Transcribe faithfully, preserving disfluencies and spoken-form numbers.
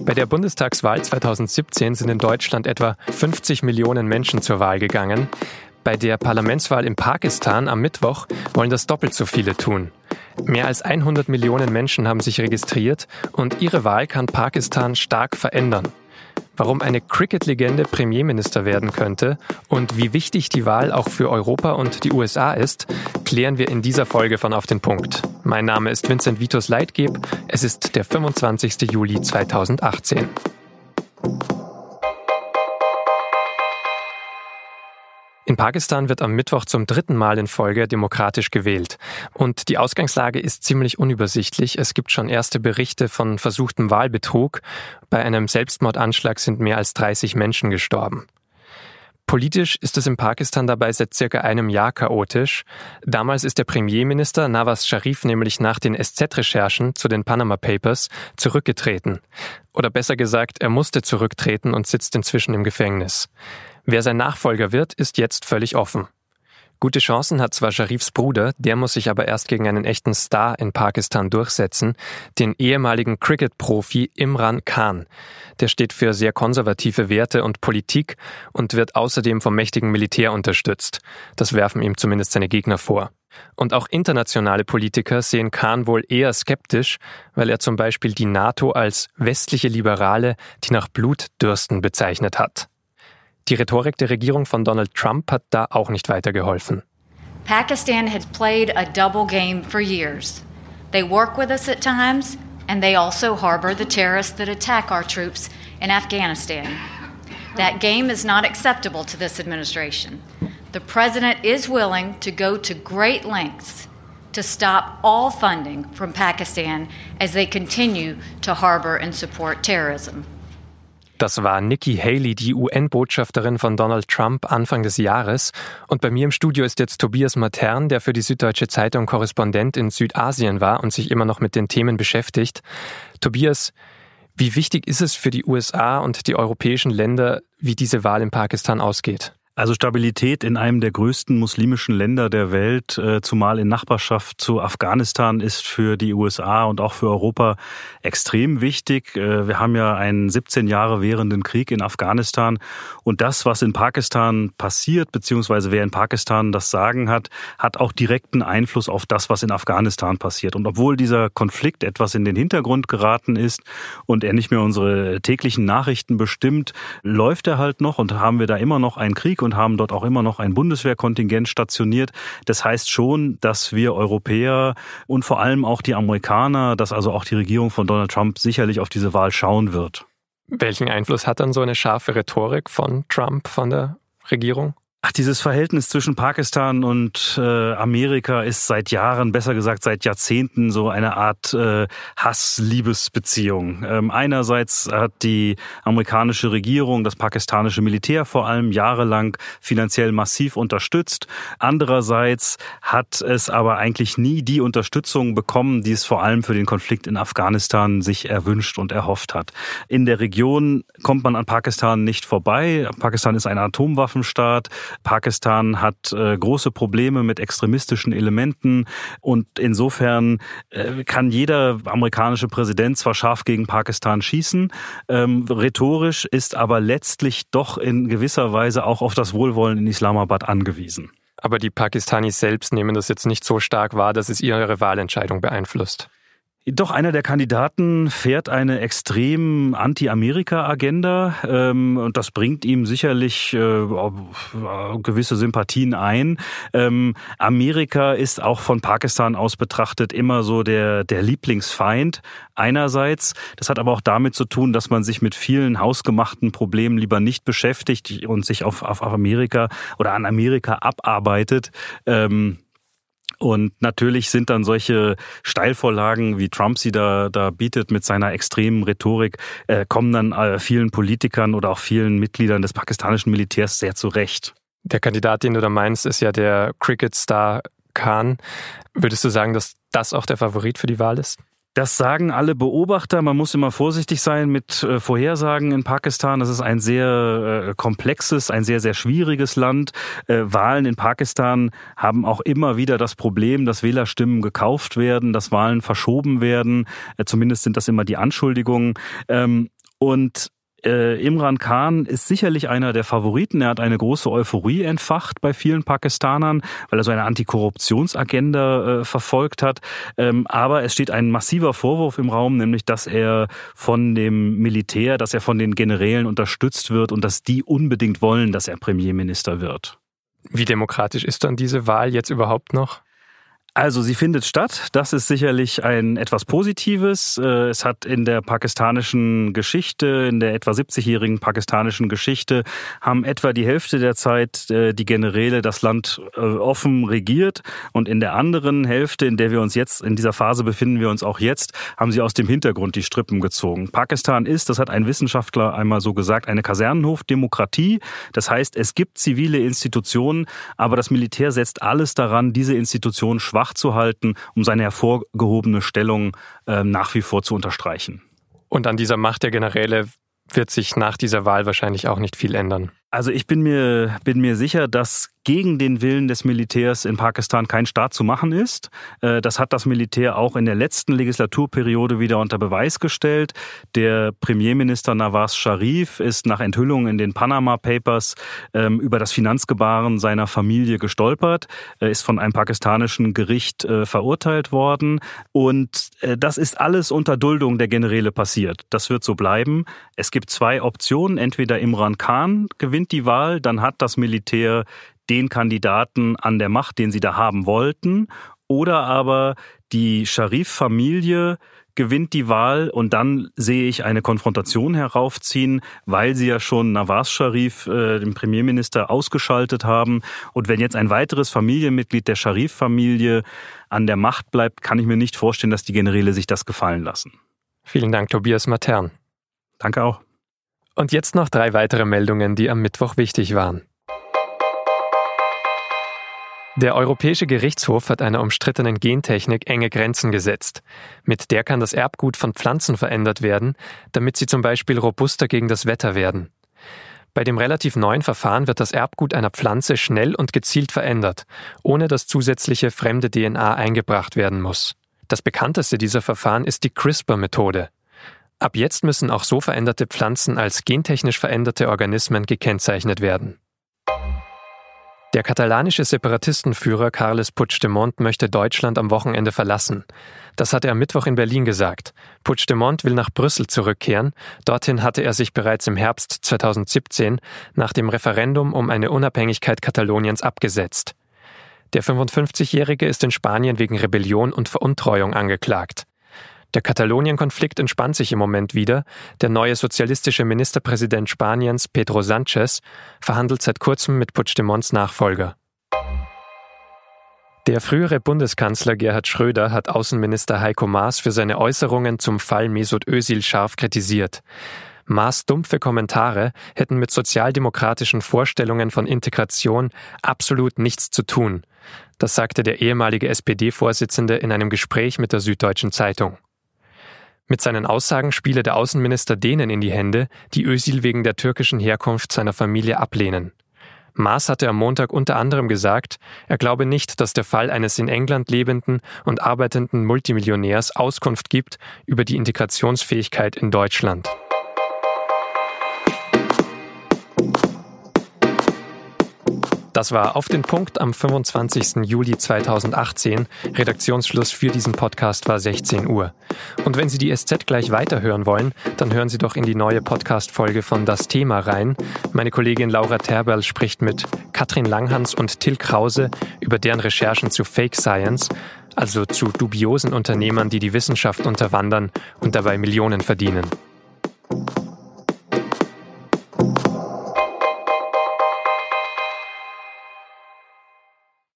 Bei der Bundestagswahl zweitausendsiebzehn sind in Deutschland etwa fünfzig Millionen Menschen zur Wahl gegangen. Bei der Parlamentswahl in Pakistan am Mittwoch wollen das doppelt so viele tun. Mehr als hundert Millionen Menschen haben sich registriert und ihre Wahl kann Pakistan stark verändern. Warum eine Cricket-Legende Premierminister werden könnte und wie wichtig die Wahl auch für Europa und die U S A ist, klären wir in dieser Folge von Auf den Punkt. Mein Name ist Vincent Vitus Leitgeb. Es ist der fünfundzwanzigster Juli zweitausendachtzehn. In Pakistan wird am Mittwoch zum dritten Mal in Folge demokratisch gewählt. Und die Ausgangslage ist ziemlich unübersichtlich. Es gibt schon erste Berichte von versuchtem Wahlbetrug. Bei einem Selbstmordanschlag sind mehr als dreißig Menschen gestorben. Politisch ist es in Pakistan dabei seit circa einem Jahr chaotisch. Damals ist der Premierminister Nawaz Sharif nämlich nach den S Z-Recherchen zu den Panama Papers zurückgetreten. Oder besser gesagt, er musste zurücktreten und sitzt inzwischen im Gefängnis. Wer sein Nachfolger wird, ist jetzt völlig offen. Gute Chancen hat zwar Sharifs Bruder, der muss sich aber erst gegen einen echten Star in Pakistan durchsetzen, den ehemaligen Cricket-Profi Imran Khan. Der steht für sehr konservative Werte und Politik und wird außerdem vom mächtigen Militär unterstützt. Das werfen ihm zumindest seine Gegner vor. Und auch internationale Politiker sehen Khan wohl eher skeptisch, weil er zum Beispiel die NATO als westliche Liberale, die nach Blut dürsten, bezeichnet hat. Die Rhetorik der Regierung von Donald Trump hat da auch nicht weitergeholfen. Pakistan has played a double game for years. They work with us at times and they also harbor the terrorists that attack our troops in Afghanistan. That game is not acceptable to this administration. The president is willing to go to great lengths to stop all funding from Pakistan as they continue to harbor and support terrorism. Das war Nikki Haley, die U N-Botschafterin von Donald Trump Anfang des Jahres. Und bei mir im Studio ist jetzt Tobias Matern, der für die Süddeutsche Zeitung Korrespondent in Südasien war und sich immer noch mit den Themen beschäftigt. Tobias, wie wichtig ist es für die U S A und die europäischen Länder, wie diese Wahl in Pakistan ausgeht? Also Stabilität in einem der größten muslimischen Länder der Welt, äh, zumal in Nachbarschaft zu Afghanistan, ist für die U S A und auch für Europa extrem wichtig. Äh, wir haben ja einen siebzehn Jahre währenden Krieg in Afghanistan und das, was in Pakistan passiert, beziehungsweise wer in Pakistan das Sagen hat, hat auch direkten Einfluss auf das, was in Afghanistan passiert. Und obwohl dieser Konflikt etwas in den Hintergrund geraten ist und er nicht mehr unsere täglichen Nachrichten bestimmt, läuft er halt noch und haben wir da immer noch einen Krieg und haben dort auch immer noch ein Bundeswehrkontingent stationiert. Das heißt schon, dass wir Europäer und vor allem auch die Amerikaner, dass also auch die Regierung von Donald Trump sicherlich auf diese Wahl schauen wird. Welchen Einfluss hat dann so eine scharfe Rhetorik von Trump, von der Regierung? Ach, dieses Verhältnis zwischen Pakistan und äh, Amerika ist seit Jahren, besser gesagt seit Jahrzehnten, so eine Art äh, Hass-Liebes-Beziehung. Ähm, einerseits hat die amerikanische Regierung das pakistanische Militär vor allem jahrelang finanziell massiv unterstützt. Andererseits hat es aber eigentlich nie die Unterstützung bekommen, die es vor allem für den Konflikt in Afghanistan sich erwünscht und erhofft hat. In der Region kommt man an Pakistan nicht vorbei. Pakistan ist ein Atomwaffenstaat. Pakistan hat äh, große Probleme mit extremistischen Elementen und insofern äh, kann jeder amerikanische Präsident zwar scharf gegen Pakistan schießen, ähm, rhetorisch ist aber letztlich doch in gewisser Weise auch auf das Wohlwollen in Islamabad angewiesen. Aber die Pakistanis selbst nehmen das jetzt nicht so stark wahr, dass es ihre Wahlentscheidung beeinflusst. Doch, einer der Kandidaten fährt eine extrem Anti-Amerika-Agenda ähm, und das bringt ihm sicherlich äh, gewisse Sympathien ein. Ähm, Amerika ist auch von Pakistan aus betrachtet immer so der, der Lieblingsfeind einerseits. Das hat aber auch damit zu tun, dass man sich mit vielen hausgemachten Problemen lieber nicht beschäftigt und sich auf, auf Amerika oder an Amerika abarbeitet. Ähm, Und natürlich sind dann solche Steilvorlagen, wie Trump sie da, da bietet mit seiner extremen Rhetorik, äh, kommen dann äh, vielen Politikern oder auch vielen Mitgliedern des pakistanischen Militärs sehr zurecht. Der Kandidat, den du da meinst, ist ja der Cricket-Star Khan. Würdest du sagen, dass das auch der Favorit für die Wahl ist? Das sagen alle Beobachter. Man muss immer vorsichtig sein mit äh, Vorhersagen in Pakistan. Das ist ein sehr äh, komplexes, ein sehr, sehr schwieriges Land. Äh, Wahlen in Pakistan haben auch immer wieder das Problem, dass Wählerstimmen gekauft werden, dass Wahlen verschoben werden. Äh, zumindest sind das immer die Anschuldigungen. Ähm, Und Äh, Imran Khan ist sicherlich einer der Favoriten. Er hat eine große Euphorie entfacht bei vielen Pakistanern, weil er so eine Antikorruptionsagenda äh, verfolgt hat. Ähm, aber es steht ein massiver Vorwurf im Raum, nämlich dass er von dem Militär, dass er von den Generälen unterstützt wird und dass die unbedingt wollen, dass er Premierminister wird. Wie demokratisch ist dann diese Wahl jetzt überhaupt noch? Also sie findet statt. Das ist sicherlich ein etwas Positives. Es hat in der pakistanischen Geschichte, in der etwa siebzigjährigen pakistanischen Geschichte, haben etwa die Hälfte der Zeit die Generäle das Land offen regiert. Und in der anderen Hälfte, in der wir uns jetzt, in dieser Phase befinden wir uns auch jetzt, haben sie aus dem Hintergrund die Strippen gezogen. Pakistan ist, das hat ein Wissenschaftler einmal so gesagt, eine Kasernenhofdemokratie. Das heißt, es gibt zivile Institutionen, aber das Militär setzt alles daran, diese Institutionen schwach zu halten, um seine hervorgehobene Stellung äh, nach wie vor zu unterstreichen. Und an dieser Macht der Generäle wird sich nach dieser Wahl wahrscheinlich auch nicht viel ändern. Also ich bin mir, bin mir sicher, dass gegen den Willen des Militärs in Pakistan kein Staat zu machen ist. Das hat das Militär auch in der letzten Legislaturperiode wieder unter Beweis gestellt. Der Premierminister Nawaz Sharif ist nach Enthüllungen in den Panama Papers über das Finanzgebaren seiner Familie gestolpert, ist von einem pakistanischen Gericht verurteilt worden. Und das ist alles unter Duldung der Generäle passiert. Das wird so bleiben. Es gibt zwei Optionen. Entweder Imran Khan gewinnt die Wahl, dann hat das Militär den Kandidaten an der Macht, den sie da haben wollten, oder aber die Sharif-Familie gewinnt die Wahl und dann sehe ich eine Konfrontation heraufziehen, weil sie ja schon Nawaz Sharif, äh, den Premierminister, ausgeschaltet haben. Und wenn jetzt ein weiteres Familienmitglied der Sharif-Familie an der Macht bleibt, kann ich mir nicht vorstellen, dass die Generäle sich das gefallen lassen. Vielen Dank, Tobias Matern. Danke auch. Und jetzt noch drei weitere Meldungen, die am Mittwoch wichtig waren. Der Europäische Gerichtshof hat einer umstrittenen Gentechnik enge Grenzen gesetzt. Mit der kann das Erbgut von Pflanzen verändert werden, damit sie zum Beispiel robuster gegen das Wetter werden. Bei dem relativ neuen Verfahren wird das Erbgut einer Pflanze schnell und gezielt verändert, ohne dass zusätzliche fremde D N A eingebracht werden muss. Das bekannteste dieser Verfahren ist die CRISPR-Methode. Ab jetzt müssen auch so veränderte Pflanzen als gentechnisch veränderte Organismen gekennzeichnet werden. Der katalanische Separatistenführer Carles Puigdemont möchte Deutschland am Wochenende verlassen. Das hat er am Mittwoch in Berlin gesagt. Puigdemont will nach Brüssel zurückkehren. Dorthin hatte er sich bereits im Herbst zweitausendsiebzehn nach dem Referendum um eine Unabhängigkeit Kataloniens abgesetzt. Der fünfundfünfzigjährige ist in Spanien wegen Rebellion und Veruntreuung angeklagt. Der Katalonien-Konflikt entspannt sich im Moment wieder. Der neue sozialistische Ministerpräsident Spaniens, Pedro Sánchez, verhandelt seit kurzem mit Puigdemonts Nachfolger. Der frühere Bundeskanzler Gerhard Schröder hat Außenminister Heiko Maas für seine Äußerungen zum Fall Mesut Özil scharf kritisiert. Maas' dumpfe Kommentare hätten mit sozialdemokratischen Vorstellungen von Integration absolut nichts zu tun. Das sagte der ehemalige S P D-Vorsitzende in einem Gespräch mit der Süddeutschen Zeitung. Mit seinen Aussagen spiele der Außenminister denen in die Hände, die Özil wegen der türkischen Herkunft seiner Familie ablehnen. Maas hatte am Montag unter anderem gesagt, er glaube nicht, dass der Fall eines in England lebenden und arbeitenden Multimillionärs Auskunft gibt über die Integrationsfähigkeit in Deutschland. Das war Auf den Punkt am fünfundzwanzigsten Juli zweitausendachtzehn. Redaktionsschluss für diesen Podcast war sechzehn Uhr. Und wenn Sie die S Z gleich weiterhören wollen, dann hören Sie doch in die neue Podcast-Folge von Das Thema rein. Meine Kollegin Laura Terberl spricht mit Katrin Langhans und Till Krause über deren Recherchen zu Fake Science, also zu dubiosen Unternehmern, die die Wissenschaft unterwandern und dabei Millionen verdienen.